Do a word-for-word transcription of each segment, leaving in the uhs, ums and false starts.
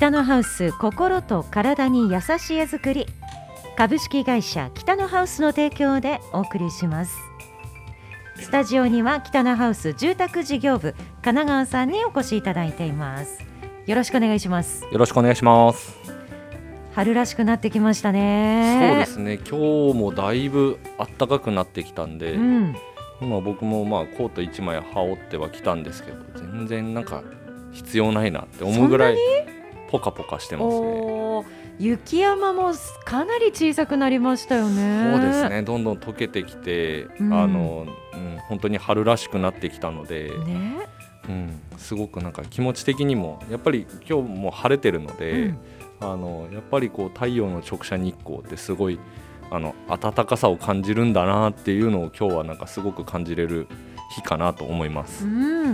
北のハウス、心と体に優しい絵作り、株式会社北のハウスの提供でお送りします。スタジオには北のハウス住宅事業部神奈川さんにお越しいただいています。よろしくお願いします。 よろしくお願いします。 春らしくなってきましたね。 そうですね、今日もだいぶ暖かくなってきたんで、うん、今僕もまあコートいちまい羽織ってはきたんですけど、全然なんか必要ないなって思うぐらいポカポカしてますね。 雪山もかなり小さくなりましたよね。 そうですね、どんどん溶けてきて、うん、あのうん、本当に春らしくなってきたので、ね、うん、すごくなんか気持ち的にもやっぱり今日も晴れてるので、うん、あのやっぱりこう太陽の直射日光ってすごいあの暖かさを感じるんだなっていうのを今日はなんかすごく感じれる日かなと思います。 うん、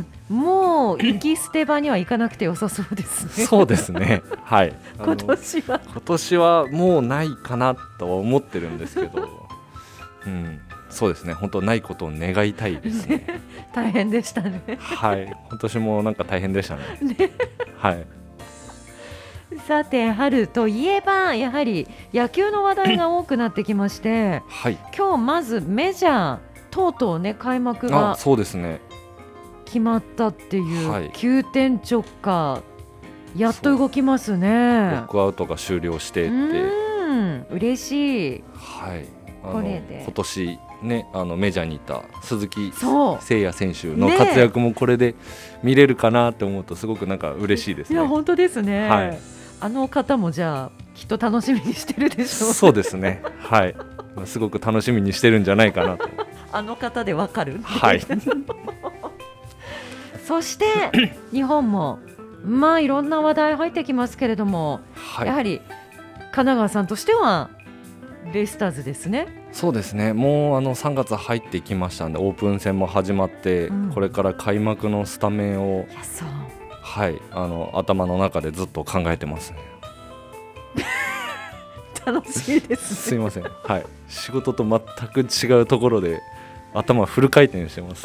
もう雪捨て場には行かなくてよさそうですね。 そうですね、はい、 今年は今年はもうないかなとは思ってるんですけど、うん、そうですね、本当ないことを願いたいですね。ね、 大変でしたね。 はい、今年もなんか大変でしたね。ね、はい。 さて、春といえばやはり野球の話題が多くなってきまして、はい、今日まずメジャーとうとうね開幕が決まったっていう、はい、急転直下、やっと動きますね。 ロックアウトが終了してって、うん、嬉しい。 はい、あのこれで今年ね、あのメジャーにいた鈴木誠也選手の活躍もこれで見れるかなって思うとすごくなんか嬉しいですね。 いや本当ですね、はい、あの方もじゃあきっと楽しみにしてるでしょう。 そうですね、はい、すごく楽しみにしてるんじゃないかなと。 あの方でわかる。 はいそして日本もまあいろんな話題入ってきますけれども、はい、やはり神奈川さんとしてはベイスターズですね。 そうですね、もうあのさんがつ入ってきましたんで、オープン戦も始まって、うん、これから開幕のスタメンを、 そう、 はい、あの頭の中でずっと考えてますね。 楽しいですね。 すいません、はい、仕事と全く違うところで頭フル回転してます。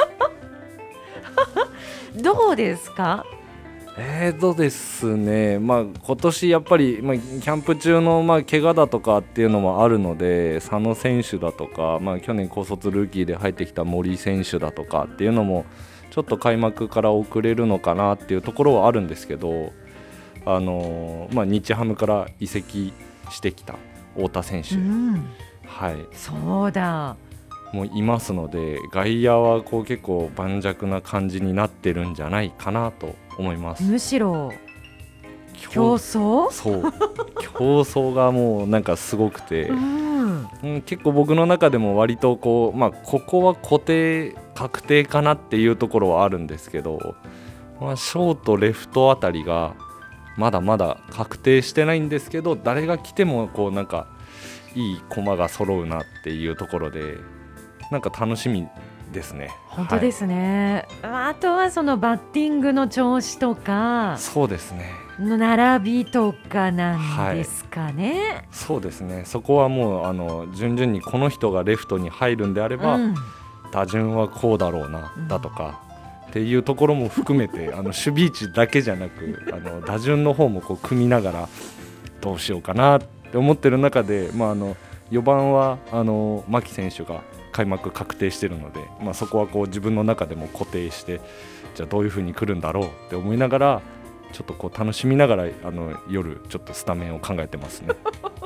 どうですか？ えーとですね、まあ、今年やっぱり、まあ、キャンプ中のまあ怪我だとかっていうのもあるので、佐野選手だとか、まあ、去年高卒ルーキーで入ってきた森選手だとかっていうのもちょっと開幕から遅れるのかなっていうところはあるんですけど、あのーまあ、日ハムから移籍してきた太田選手、うん、はい、 そうだ、 もういますので、外野はこう結構盤石な感じになってるんじゃないかなと思います。 むしろ競争そう競争がもうなんかすごくて、うんうん、結構僕の中でも割とこう、まあ、ここは固定確定かなっていうところはあるんですけど、まあ、ショートレフトあたりがまだまだ確定してないんですけど、誰が来てもこうなんかいい駒が揃うなっていうところで、なんか楽しみですね。 本当ですね、はい、あとはそのバッティングの調子とか、 そうですね、 並びとかなんですかね、 はい、そうですね、そこはもうあの順々にこの人がレフトに入るんであれば、うん、打順はこうだろうな、うん、だとかっていうところも含めてあの守備位置だけじゃなくあの打順の方もこう組みながらどうしようかなって思ってる中で、まあ、あのよばんはあの牧選手が開幕確定しているので、まあ、そこはこう自分の中でも固定して、じゃあどういう風に来るんだろうって思いながら、ちょっとこう楽しみながらあの夜ちょっとスタメンを考えてますね。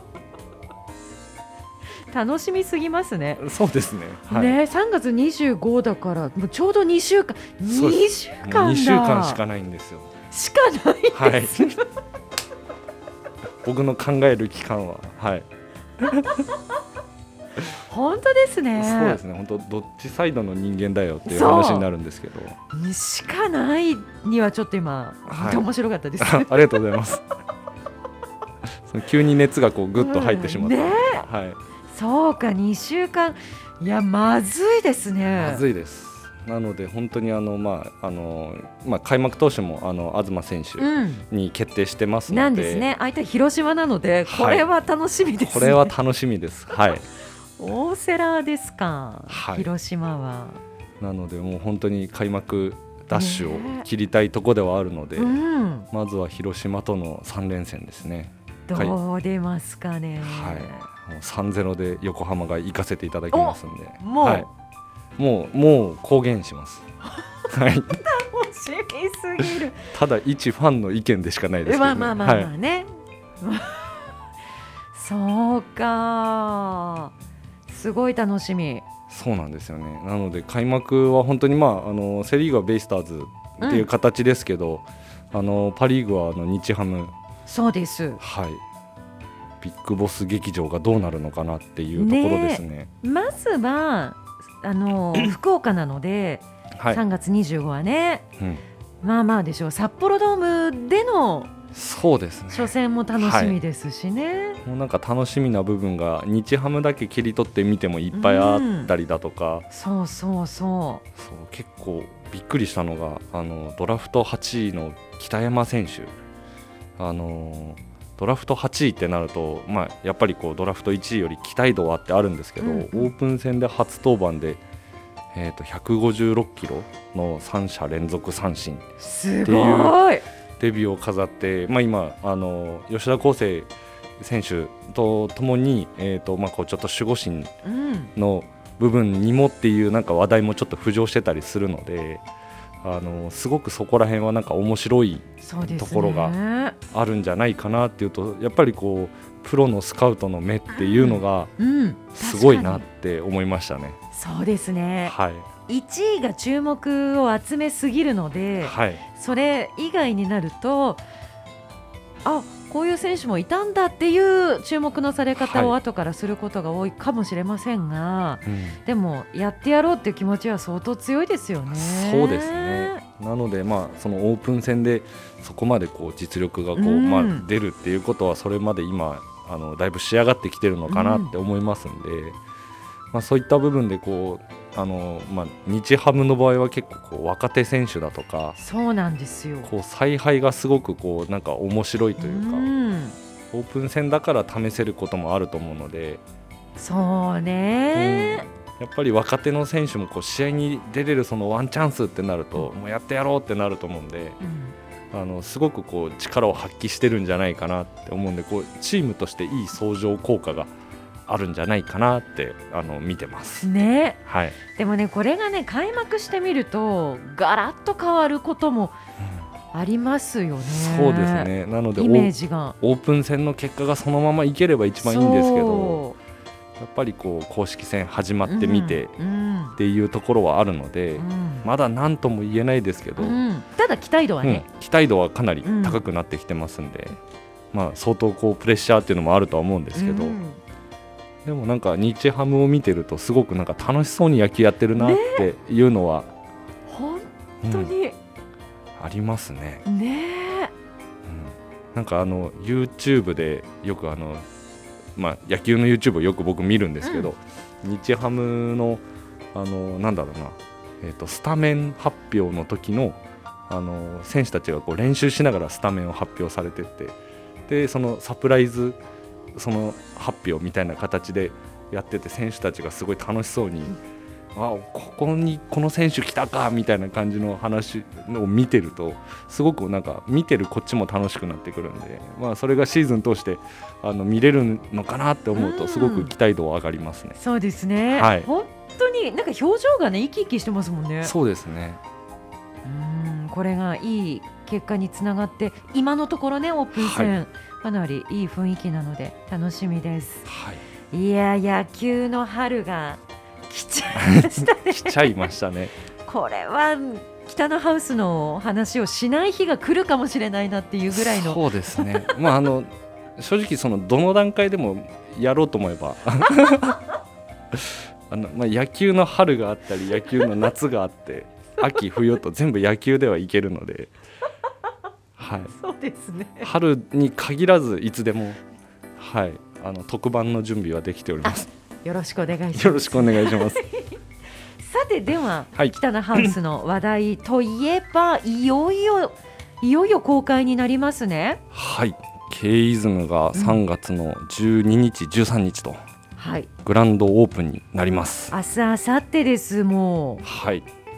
楽しみすぎますね。 そうですね、はい、 ね、さんがつにじゅうごだからもうちょうどにしゅうかん、にしゅうかんだ、 にしゅうかんしかないんですよ。 しかないです、はい、 僕の考える期間は、はい本当ですね。 そうですね、本当どっちサイドの人間だよっていう話になるんですけど、 しかないにはちょっと今、はい、面白かったです。 ありがとうございます。その急に熱がこうグッと入ってしまって、うんね、はい、 そうか、にしゅうかん、いやまずいですね。 まずいです。なので本当にあの、まああのまあ、開幕投手もあの東選手に決定してますので、 うん、なんですね。相手広島なので、これは楽しみですね、はい、 これは楽しみです、はい、 大瀬良ですか、はい、広島は。 なのでもう本当に開幕ダッシュを切りたいとこではあるので、うん、まずは広島とのさん連戦ですね。 どう出ますかね。 はい、もう さんたいゼロ で横浜が行かせていただきますんで、 もう、はい、 もう、もう公言しますはい、楽しみすぎるただ一ファンの意見でしかないですけどね。 まあまあまあまあね、はい、そうか、すごい楽しみ。 そうなんですよね。なので開幕は本当に、まあ、あのセリーグはベイスターズっていう形ですけど、うん、あのパリーグはあの日ハム。 そうです、 はい、ビッグボス劇場がどうなるのかなっていうところです ね, ね。まずはあの福岡なので、はい、さんがつにじゅうごはね、うん、まあまあでしょう、札幌ドームでのそうですね、 初戦も楽しみですしね、 はい、もうなんか楽しみな部分が日ハムだけ切り取ってみてもいっぱいあったりだとか、 うん、そうそうそうそう結構びっくりしたのがあのドラフトはちいの北山選手、あのドラフトはちいってなると、まあ、やっぱりこうドラフトいちいより期待度はあってあるんですけど、うん、オープン戦で初登板で、えー、とひゃくごじゅうろっキロのさん者連続三振っていうデビューを飾って、まあ、今あの吉田輝星選手とともに、えーとまあ、こうちょっと守護神の部分にもっていうなんか話題もちょっと浮上してたりするので、あのすごくそこら辺はなんか面白いところがあるんじゃないかなっていうと、やっぱりこうプロのスカウトの目っていうのがすごいなって思いましたね。 そうですね、 はい、 いちいが注目を集めすぎるので、はい、それ以外になると、あ、こういう選手もいたんだっていう注目のされ方を後からすることが多いかもしれませんが、はいうん、でもやってやろうっていう気持ちは相当強いですよね。 そうですね。なので、まあ、そのオープン戦でそこまでこう実力がこう、うんまあ、出るっていうことはそれまで今あのだいぶ仕上がってきてるのかなって思いますんで、うんまあ、そういった部分でこうあの、まあ、日ハムの場合は結構こう若手選手だとか、 そうなんですよ、 こう采配がすごくこうなんか面白いというか、うん、オープン戦だから試せることもあると思うので、 そうね、 うん、やっぱり若手の選手もこう試合に出れるそのワンチャンスってなると、もうやってやろうってなると思うんで、うん、あのすごくこう力を発揮してるんじゃないかなって思うんで、こうチームとしていい相乗効果があるんじゃないかなってあの見てますね、 はい、 でもねこれがね開幕してみるとガラッと変わることもありますよね、 うん、そうですね。なのでイメージがオープン戦の結果がそのままいければ一番いいんですけど、やっぱりこう公式戦始まってみてっていうところはあるので、うんうん、まだ何とも言えないですけど、うん、 ただ期待度はね、 うん、期待度はかなり高くなってきてますんで、うんまあ、相当こうプレッシャーっていうのもあるとは思うんですけど、うんでもなんか日ハムを見てるとすごくなんか楽しそうに野球やってるなっていうのは、ね、 本当に、うん、 ありますね。 ね、うん、 なんかあの YouTube でよくあの、まあ、野球の YouTube をよく僕見るんですけど、うん、日ハムのあのなんだろうな、えーと、スタメン発表の時のあの選手たちがこう練習しながらスタメンを発表されてて、でそのサプライズその発表みたいな形でやってて、選手たちがすごい楽しそうに、あここにこの選手来たかみたいな感じの話を見てると、すごくなんか見てるこっちも楽しくなってくるんで、まあ、それがシーズン通してあの見れるのかなって思うとすごく期待度は上がりますね。 そうですね、はい、本当になんか表情がね生き生きしてますもんね。 そうですね。 うんこれがいい結果につながって今のところねオープン戦、はいかなりいい雰囲気なので楽しみです、はい、いや野球の春が来ちゃいましたね来ちゃいましたねこれは北のハウスの話をしない日が来るかもしれないなっていうぐらいの。 そうですね、まあ、あの正直そのどの段階でもやろうと思えばあの、まあ、野球の春があったり野球の夏があって秋冬と全部野球ではいけるのではい、 そうですね。 春に限らずいつでも、はい、あの特番の準備はできております。 よろしくお願いします。 よろしくお願いしますさてでは、はい、北のハウスの話題といえばいよいよいよいよ公開になりますね。 はい、K イズムがさんがつのじゅうににち、じゅうさんにちと、はい、グランドオープンになります。 明日明後日です。もう、 はい、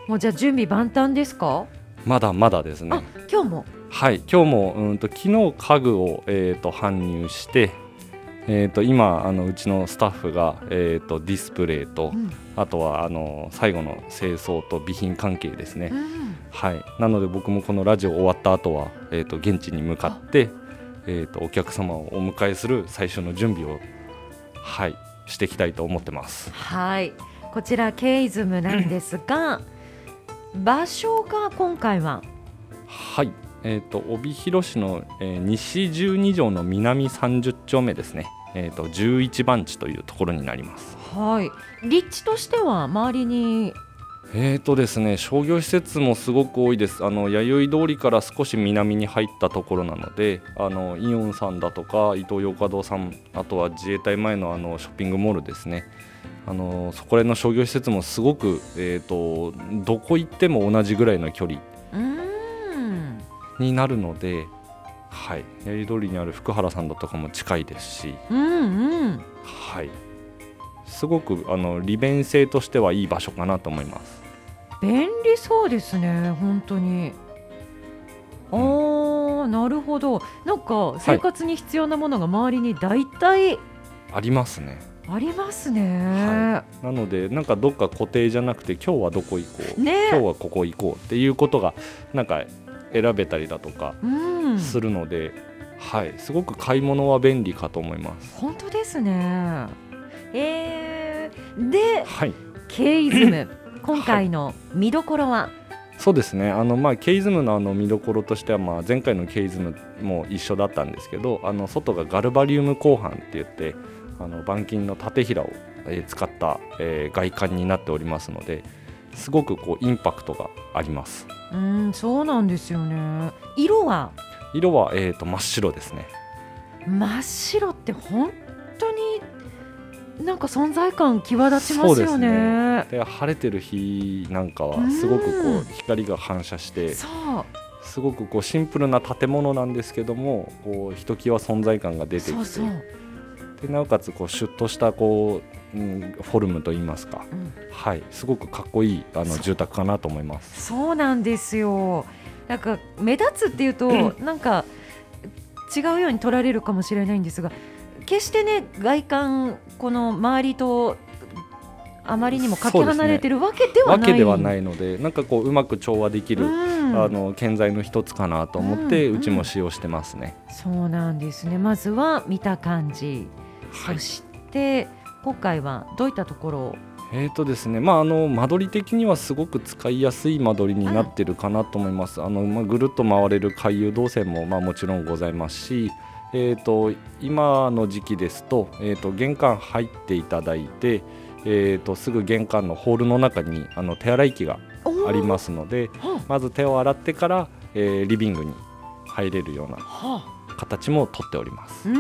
もうじゃあ準備万端ですか？ まだまだですね。 今日もはい今日もうんと昨日家具を、えー、と搬入して、えー、と今あのうちのスタッフが、えー、とディスプレイと、うん、あとはあの最後の清掃と備品関係ですね、うん、はい、なので僕もこのラジオ終わった後は、えー、と現地に向かって、えー、とお客様をお迎えする最初の準備を、はい、していきたいと思ってます。 はい、こちらケイズムなんですが場所が今回ははい、えー、と帯広市の、えー、西じゅうに条の南さんじゅっ丁目ですね、えー、とじゅういち番地というところになります。 はい、立地としては周りにえーとですね、商業施設もすごく多いです。あの弥生通りから少し南に入ったところなので、あのイオンさんだとかイトーヨーカドーさん、あとは自衛隊前 の, あのショッピングモールですね、あのそこら辺の商業施設もすごく、えーとどこ行っても同じぐらいの距離になるので、はい、弥生通りにある福原さんだとかも近いですし、 うんうん、 はい、すごくあの利便性としてはいい場所かなと思います。 便利そうですね本当に。あー、うん、なるほど。なんか生活に必要なものが周りに大体ありますね。 ありますね、 はい、なのでなんかどっか固定じゃなくて今日はどこ行こう、 ね、 今日はここ行こうっていうことがなんか選べたりだとかするので、うん、はい、すごく買い物は便利かと思います。 本当ですね。えー、で、 はい、 ケイズム今回の見どころは、はい、 そうですね、あの、まあ、ケイズムのあの見どころとしては、まあ、前回のケイズムも一緒だったんですけど、あの外がガルバリウム鋼板って言ってあの板金の縦平を、えー、使った、えー、外観になっておりますので、すごくこうインパクトがあります。 うん、そうなんですよね。色は色は、えー、と真っ白ですね。 真っ白って本当になんか存在感際立ちますよね。 そうですね。で晴れてる日なんかはすごくこう光が反射して、 そうすごくこうシンプルな建物なんですけども、こうひときわ存在感が出てきて、 そうそうでなおかつこうシュッとしたこう、うん、フォルムといいますか、うん、はい、すごくかっこいいあの住宅かなと思います。 そうなんですよ。なんか目立つっていうとなんか違うように取られるかもしれないんですが、決してね外観この周りとあまりにもかけ離れてるわけではない、 わけではないので、なんかこううまく調和できる、うん、あの建材の一つかなと思って、うん、うちも使用してますね。 そうなんですね。まずは見た感じ、はい、そして今回はどういったところをえーとですねまあ、あの間取り的にはすごく使いやすい間取りになっているかなと思います。あの、まあ、ぐるっと回れる回遊動線も、まあ、もちろんございますし、えーと今の時期ですと、えーと玄関入っていただいて、えーとすぐ玄関のホールの中にあの手洗い機がありますので、まず手を洗ってから、えー、リビングに入れるような形もとっております、うん、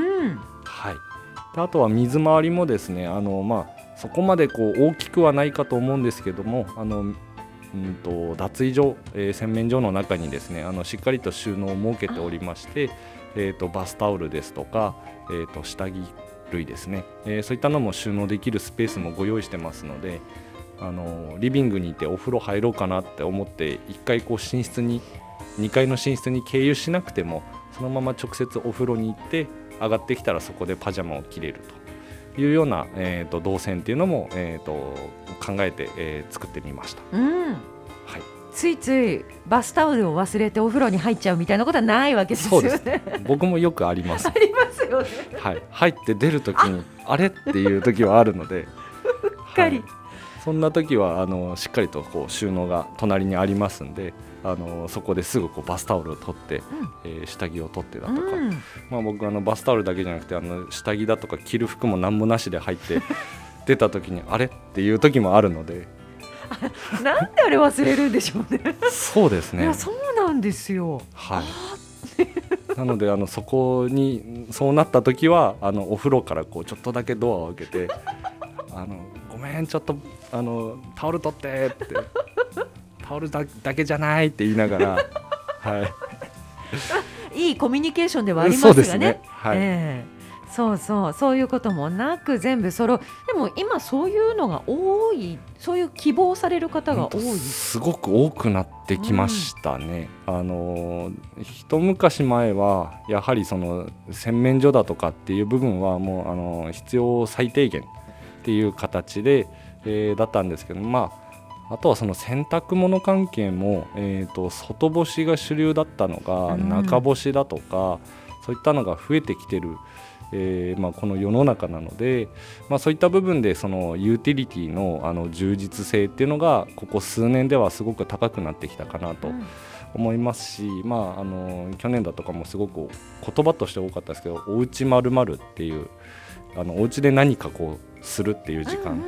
はい、であとは水回りもですね、あの、まあそこまでこう大きくはないかと思うんですけども、あの、うんと脱衣所、えー、洗面所の中にですね、あのしっかりと収納を設けておりまして、えーとバスタオルですとか、えーと下着類ですね、えー、そういったのも収納できるスペースもご用意してますので、あのリビングにいてお風呂入ろうかなって思っていっかいこう寝室ににかいの寝室に経由しなくても、そのまま直接お風呂に行って上がってきたらそこでパジャマを着れるというような、えー、と動線っていうのも、えー、と考えて、えー、作ってみました、 うん、はい、ついついバスタオルを忘れてお風呂に入っちゃうみたいなことはないわけですよね。 そうです。僕もよくありますありますよね、 はい、入って出るときに あ, あれっていう時はあるのでうっかり、はい、 そんな時はあのしっかりとこう収納が隣にありますんで、あのそこですぐこうバスタオルを取って、うんえー、下着を取ってだとか、うんまあ、僕あのバスタオルだけじゃなくてあの下着だとか着る服も何もなしで入って出た時にあれっていう時もあるのでなんであれ忘れるんでしょうね。 そうですね。 いやそうなんですよ、 はい、なのであのそこにそうなった時はあのお風呂からこうちょっとだけドアを開けてあのごめんちょっとあのタオル取ってってタオル だ, だけじゃないって言いながら、はい、 いいコミュニケーションではありますが ね, そうですね、はいえー、 そうそう、そういうこともなく全部揃う。でも今そういうのが多い、そういう希望される方が多い、 すごく多くなってきましたね、うん、あの一昔前はやはりその洗面所だとかっていう部分はもうあの必要最低限っていう形で、えー、だったんですけど、まあ、あとはその洗濯物関係も、えーと、外干しが主流だったのが中干しだとか、うん、そういったのが増えてきてる、えーまあ、この世の中なので、まあ、そういった部分でそのユーティリティのあの充実性っていうのがここ数年ではすごく高くなってきたかなと思いますし、うん、まあ、あの去年だとかもすごく言葉として多かったですけど、おうち〇〇っていうあのお家で何かこうするっていう時間、うんうんうん、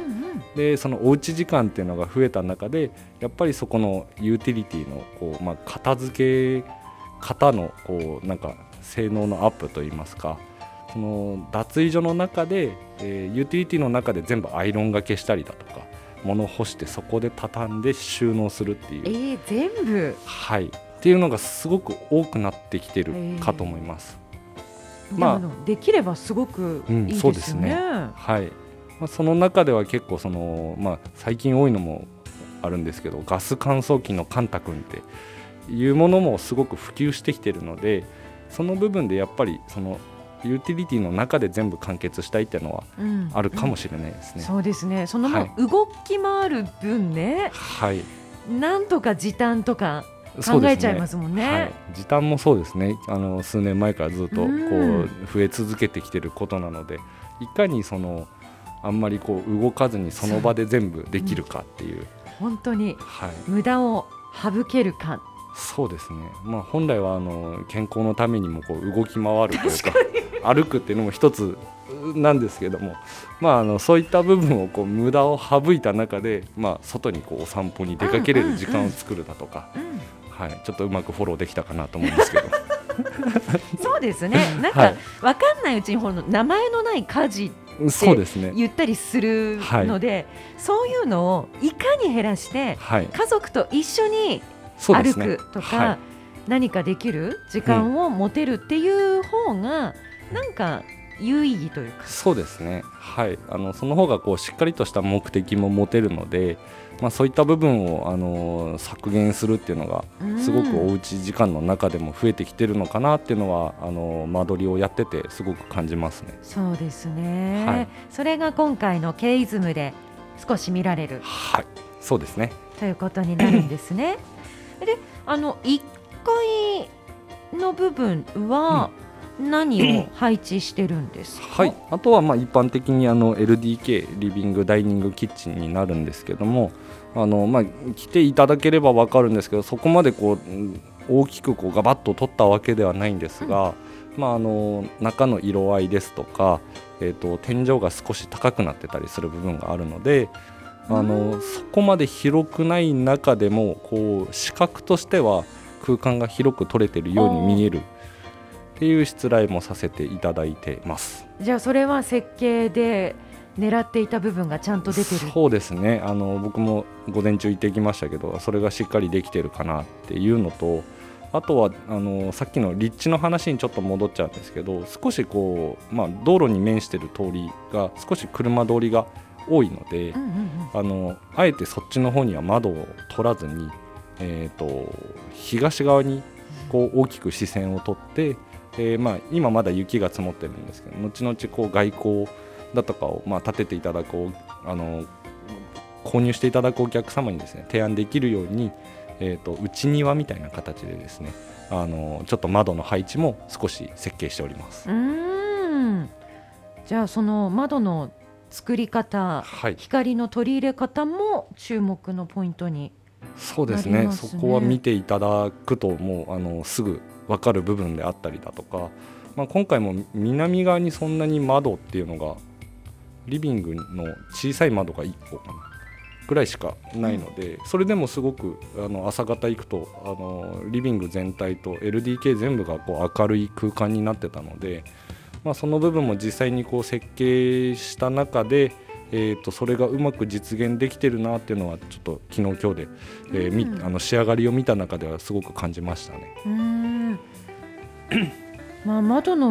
でそのおうち時間っていうのが増えた中でやっぱりそこのユーティリティのこう、まあ、片付け方のこうなんか性能のアップといいますか、その脱衣所の中で、えー、ユーティリティの中で全部アイロンがけしたりだとか物を干してそこで畳んで収納するっていう、 えー、全部、 はい、っていうのがすごく多くなってきてるかと思います、 えーまあ、で, できればすごくいいですよね、うん、そうですね、 はい、まあ、その中では結構その、まあ、最近多いのもあるんですけど、ガス乾燥機のカンタ君っていうものもすごく普及してきてるので、その部分でやっぱりそのユーティリティの中で全部完結したいっていうのはあるかもしれないですね、 うんうん、そうですね。その動き回る分ね、はい、なんとか時短とか考えちゃいますもんね。はい、 時短もそうですね。あの数年前からずっとこう増え続けてきてることなので、いかにそのあんまりこう動かずにその場で全部できるかっていう、うん、 本当に無駄を省けるか。 そうですね、まあ、本来はあの健康のためにもこう動き回るというか歩くっていうのも一つなんですけども、まあ、あのそういった部分をこう無駄を省いた中で、まあ、外にこうお散歩に出かけれる時間を作るだとか、うんうんうん、はい、ちょっとうまくフォローできたかなと思うんですけどそうですね、なんか分かんないうちにほんの名前のない家事って言ったりするので、はい、そういうのをいかに減らして、はい、家族と一緒に歩くとか、はい、何かできる時間を持てるっていう方がなんか有意義というか、 そうですね、はい、あのその方がこうしっかりとした目的も持てるので、まあ、そういった部分をあの削減するっていうのがすごくおうち時間の中でも増えてきてるのかなっていうのはあの間取りをやっててすごく感じますね。 そうですね、はい、それが今回のケイズムで少し見られる、 はい、そうですねということになるんですねで、あのいっかいの部分は何を配置してるんですか？ はい、あとはまあ一般的にあの エルディーケー リビングダイニングキッチンになるんですけども、あのまあ来ていただければ分かるんですけど、そこまでこう大きくこうガバッと取ったわけではないんですが、うん、まあ、あの中の色合いですとか、えーと、天井が少し高くなってたりする部分があるので、あのそこまで広くない中でもこう視覚としては空間が広く取れてるように見えるっていうしつらいもさせていただいてます。 じゃあそれは設計で狙っていた部分がちゃんと出てる？ そうですね、あの僕も午前中行ってきましたけど、それがしっかりできてるかなっていうのと、あとはあのさっきの立地の話にちょっと戻っちゃうんですけど、少しこう、まあ、道路に面してる通りが少し車通りが多いので、うんうんうん、あのあえてそっちの方には窓を取らずに、えーと、東側にこう大きく視線をとって、えーまあ、今まだ雪が積もってるんですけど、後々こう外交だとかをまあ立てていただくあの購入していただくお客様にですね提案できるように、えーと、内庭みたいな形でですね、あのちょっと窓の配置も少し設計しております。 うーん、じゃあその窓の作り方、はい、光の取り入れ方も注目のポイントになりますね。 そうですね、そこは見ていただくともうあのすぐ分かる部分であったりだとか、まあ、今回も南側にそんなに窓っていうのがリビングの小さい窓がいっこかなぐらいしかないので、うん、それでもすごくあの朝方行くとあのリビング全体と エルディーケー 全部がこう明るい空間になってたので、まあ、その部分も実際にこう設計した中で、えー、とそれがうまく実現できてるなっていうのはちょっと昨日今日で、えーうん、あの仕上がりを見た中ではすごく感じましたね。 うーんまあ、窓の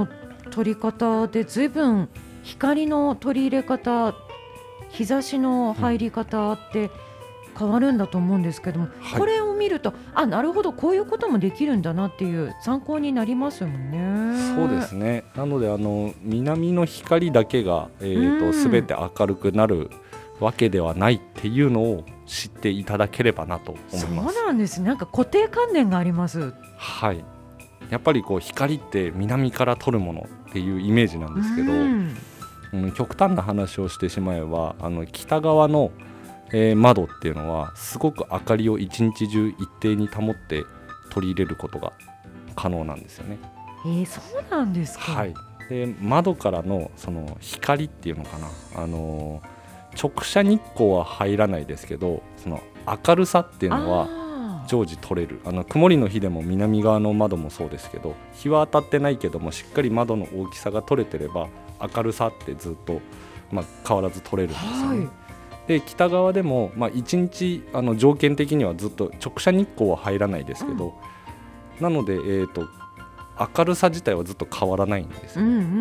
取り方で随分光の取り入れ方、日差しの入り方って変わるんだと思うんですけども、はい、これを見るとあ、なるほど、こういうこともできるんだなっていう参考になりますもんね。 そうですね。なのであの南の光だけが、えーと、全て明るくなるわけではないっていうのを知っていただければなと思います。 そうなんですね。なんか固定観念があります。 はい、やっぱりこう光って南から取るものっていうイメージなんですけど、うんうん、極端な話をしてしまえばあの北側の、えー、窓っていうのはすごく明かりを一日中一定に保って取り入れることが可能なんですよね。 えー、そうなんですか。 はい、で窓からのその光っていうのかな、あのー直射日光は入らないですけど、その明るさっていうのは常時取れる。あの曇りの日でも南側の窓もそうですけど、日は当たってないけどもしっかり窓の大きさが取れてれば明るさってずっと、まあ、変わらず取れるんですよね。はい、で北側でも、まあ、いちにちあの条件的にはずっと直射日光は入らないですけど、うん、なので、えーと、明るさ自体はずっと変わらないんですよ、うんうんうん。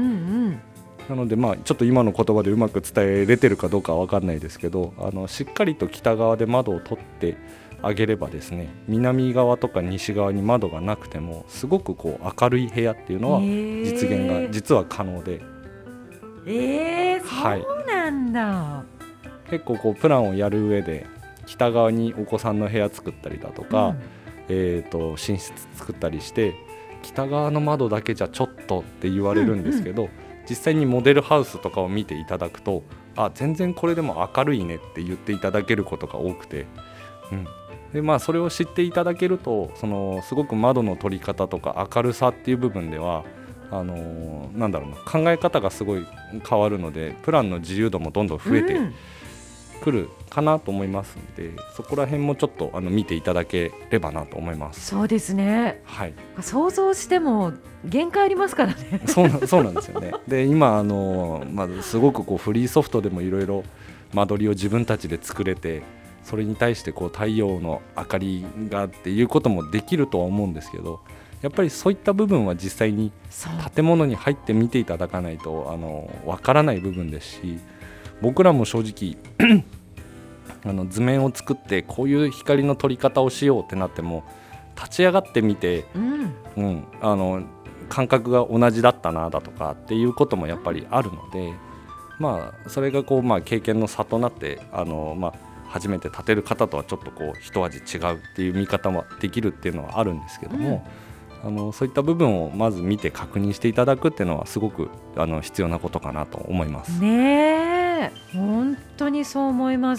なので、まあ、ちょっと今の言葉でうまく伝えれてるかどうかは分かんないですけど、あのしっかりと北側で窓を取ってあげればですね、南側とか西側に窓がなくてもすごくこう明るい部屋っていうのは実現が実は可能で、 えー、そうなんだ、はい、結構こうプランをやる上で北側にお子さんの部屋作ったりだとか、うん、えーと、寝室作ったりして北側の窓だけじゃちょっとって言われるんですけど、うんうん、実際にモデルハウスとかを見ていただくと、あ、全然これでも明るいねって言っていただけることが多くて、うん、でまあ、それを知っていただけると、そのすごく窓の取り方とか明るさっていう部分ではあのー、なんだろうな、考え方がすごい変わるので、プランの自由度もどんどん増えてくるかなと思いますので、うん、そこら辺もちょっとあの見ていただければなと思います。 そうですね、 はい、 想像しても限界ありますからね。 そうな、そうなんですよね。で今あの、まあ、すごくこうフリーソフトでもいろいろ間取りを自分たちで作れて、それに対してこう太陽の明かりがっていうこともできるとは思うんですけど、やっぱりそういった部分は実際に建物に入って見ていただかないとあの分からない部分ですし、僕らも正直あの図面を作ってこういう光の取り方をしようってなっても立ち上がってみて、うんうん、あの感覚が同じだったなだとかっていうこともやっぱりあるので、まあ、それがこう、まあ、経験の差となってあの、まあ、初めて建てる方とはちょっとこう一味違うっていう見方もできるっていうのはあるんですけども、うん、あのそういった部分をまず見て確認していただくっていうのはすごくあの必要なことかなと思いますね。本当にそう思います。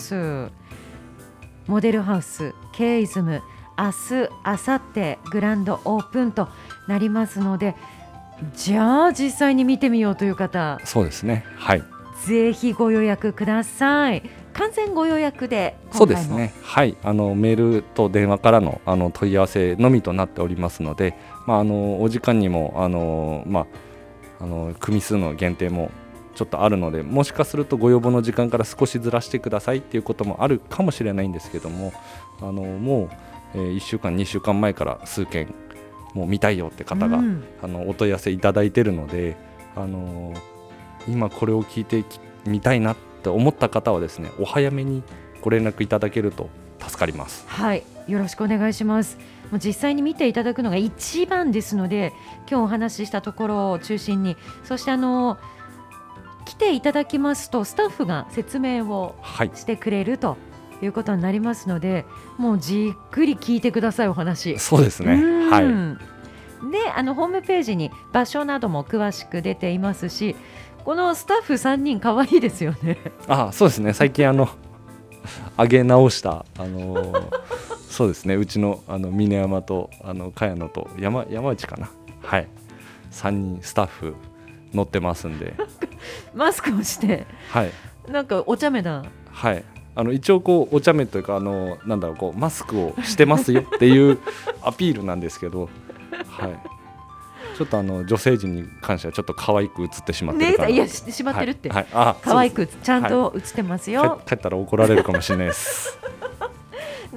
モデルハウス K イズム、明日明後日グランドオープンとなりますので、じゃあ実際に見てみようという方、 そうですね、はい、 ぜひご予約ください。完全ご予約で今回も。 そうですね、はい、あのメールと電話からの、あの問い合わせのみとなっておりますので、まあ、あのお時間にもあの、まあ、あの組数の限定もちょっとあるので、もしかするとご要望の時間から少しずらしてくださいっていうこともあるかもしれないんですけども、あのもう、えー、いっしゅうかんにしゅうかんまえから数件もう見たいよって方が、うん、あのお問い合わせいただいているので、あの今これを聞いて見たいなって思った方はですね、お早めにご連絡いただけると助かります。 はい、よろしくお願いします。もう実際に見ていただくのが一番ですので、今日お話ししたところを中心に、そしてあの来ていただきますとスタッフが説明をしてくれるということになりますので、もうじっくり聞いてください、お話。 そうですね、はい。 で、あのホームページに場所なども詳しく出ていますし、このスタッフさんにん可愛いですよね。 あ、そうですね、最近あの上げ直した、あのー、そうですね、うちのあの峰山とあの茅野と 山, 山内かな、はい、さんにんスタッフ乗ってますんでマスクをして、はい、なんかお茶目な、 はい、あの一応こうお茶目というか、あのなんだろう、こうマスクをしてますよっていうアピールなんですけど、はい、ちょっとあの女性陣に関してはちょっと可愛く映ってしまってるかな、 ね、いやしてしまってるって、 はいはい、 あ可愛くちゃんと映ってますよ、 はい、帰ったら怒られるかもしれないです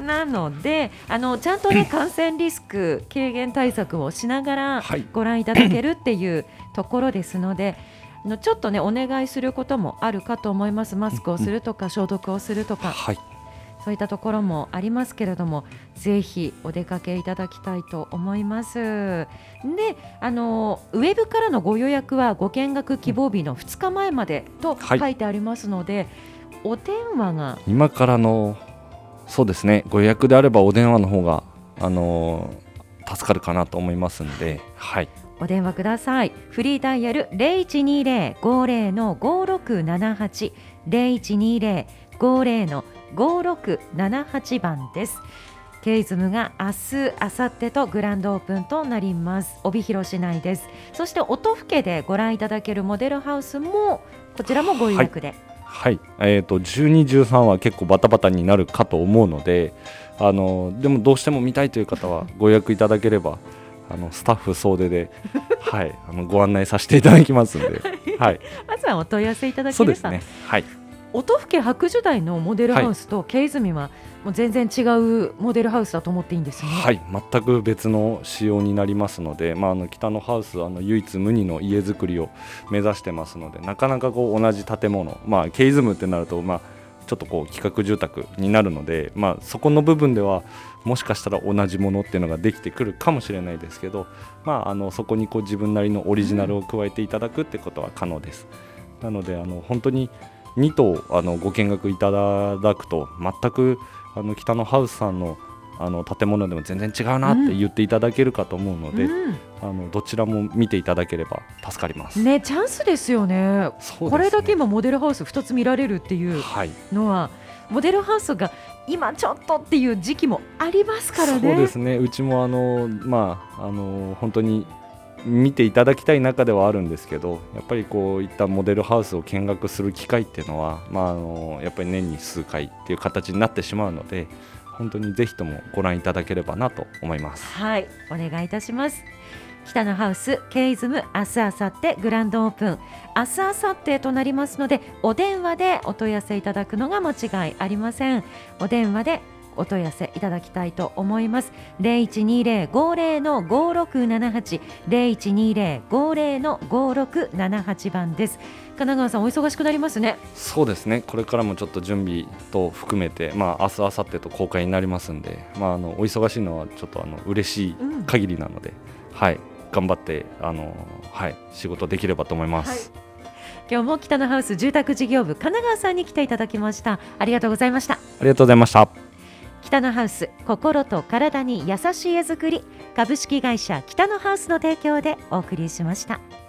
なのであのちゃんとね感染リスク軽減対策をしながらご覧いただけるっていうところですので、あのちょっとねお願いすることもあるかと思います。マスクをするとか消毒をするとか、はい、そういったところもありますけれども、ぜひお出かけいただきたいと思います。で、あのウェブからのご予約はご見学希望日のふつかまえまでと書いてありますので、はい、お電話が今からのそうですね、ご予約であればお電話の方があのー、助かるかなと思いますので、はい、 お電話ください。フリーダイヤル ゼロいちにゼロ ごゼロ の ごろくななはち ゼロいちにゼロ ごゼロ の ごろくななはち 番です。ケイズムが明日明後日とグランドオープンとなります。帯広市内です。そして音更でご覧いただけるモデルハウスもこちらもご予約で、はいはい、えーと、じゅうに、じゅうさんは結構バタバタになるかと思うので、あのでもどうしても見たいという方はご予約いただければあのスタッフ総出で、はい、あのご案内させていただきますので、はい、 まずはお問い合わせいただければ。 そうですね、はい、 音更白樹台のモデルハウスとケイズミはもう全然違うモデルハウスだと思っていいんですね。 はい、全く別の仕様になりますので、まあ、あの北のハウスあの唯一無二の家づくりを目指してますので、なかなかこう同じ建物、まあ、ケイズムってなると、まあ、ちょっとこう企画住宅になるので、まあ、そこの部分ではもしかしたら同じものっていうのができてくるかもしれないですけど、まあ、あのそこにこう自分なりのオリジナルを加えていただくってことは可能です。なのであの本当にに棟あのご見学いただくと全くあの北のハウスさん の, あの建物でも全然違うなって言っていただけるかと思うので、うん、あのどちらも見ていただければ助かります、 ね、チャンスですよ ね, そうですね。これだけ今モデルハウスふたつ見られるっていうのは、はい、モデルハウスが今ちょっとっていう時期もありますからね。 そうですね、うちもあの、まあ、あの本当に見ていただきたい中ではあるんですけど、やっぱりこういったモデルハウスを見学する機会っていうのは、まあ、あのやっぱり年に数回っていう形になってしまうので、本当にぜひともご覧いただければなと思います。 はい、お願いいたします。北のハウスケイズム明日明後日グランドオープン、明日明後日となりますので、お電話でお問い合わせいただくのが間違いありません。お電話でお問い合わせいただきたいと思います。ゼロいちにゼロ ごゼロ の ごろくななはち ゼロいちにゼロ ごゼロ の ごろくななはち 番です。神奈川さんお忙しくなりますね。 そうですね、これからもちょっと準備と含めて、まあ、明日明後日と公開になりますんで、まあ、あのお忙しいのはちょっとあの嬉しい限りなので、うん、はい、頑張ってあの、はい、仕事できればと思います、はい。 今日も北のハウス住宅事業部神奈川さんに来ていただきました。ありがとうございました。ありがとうございました。 北のハウス、心と体に優しい家づくり、株式会社北のハウスの提供でお送りしました。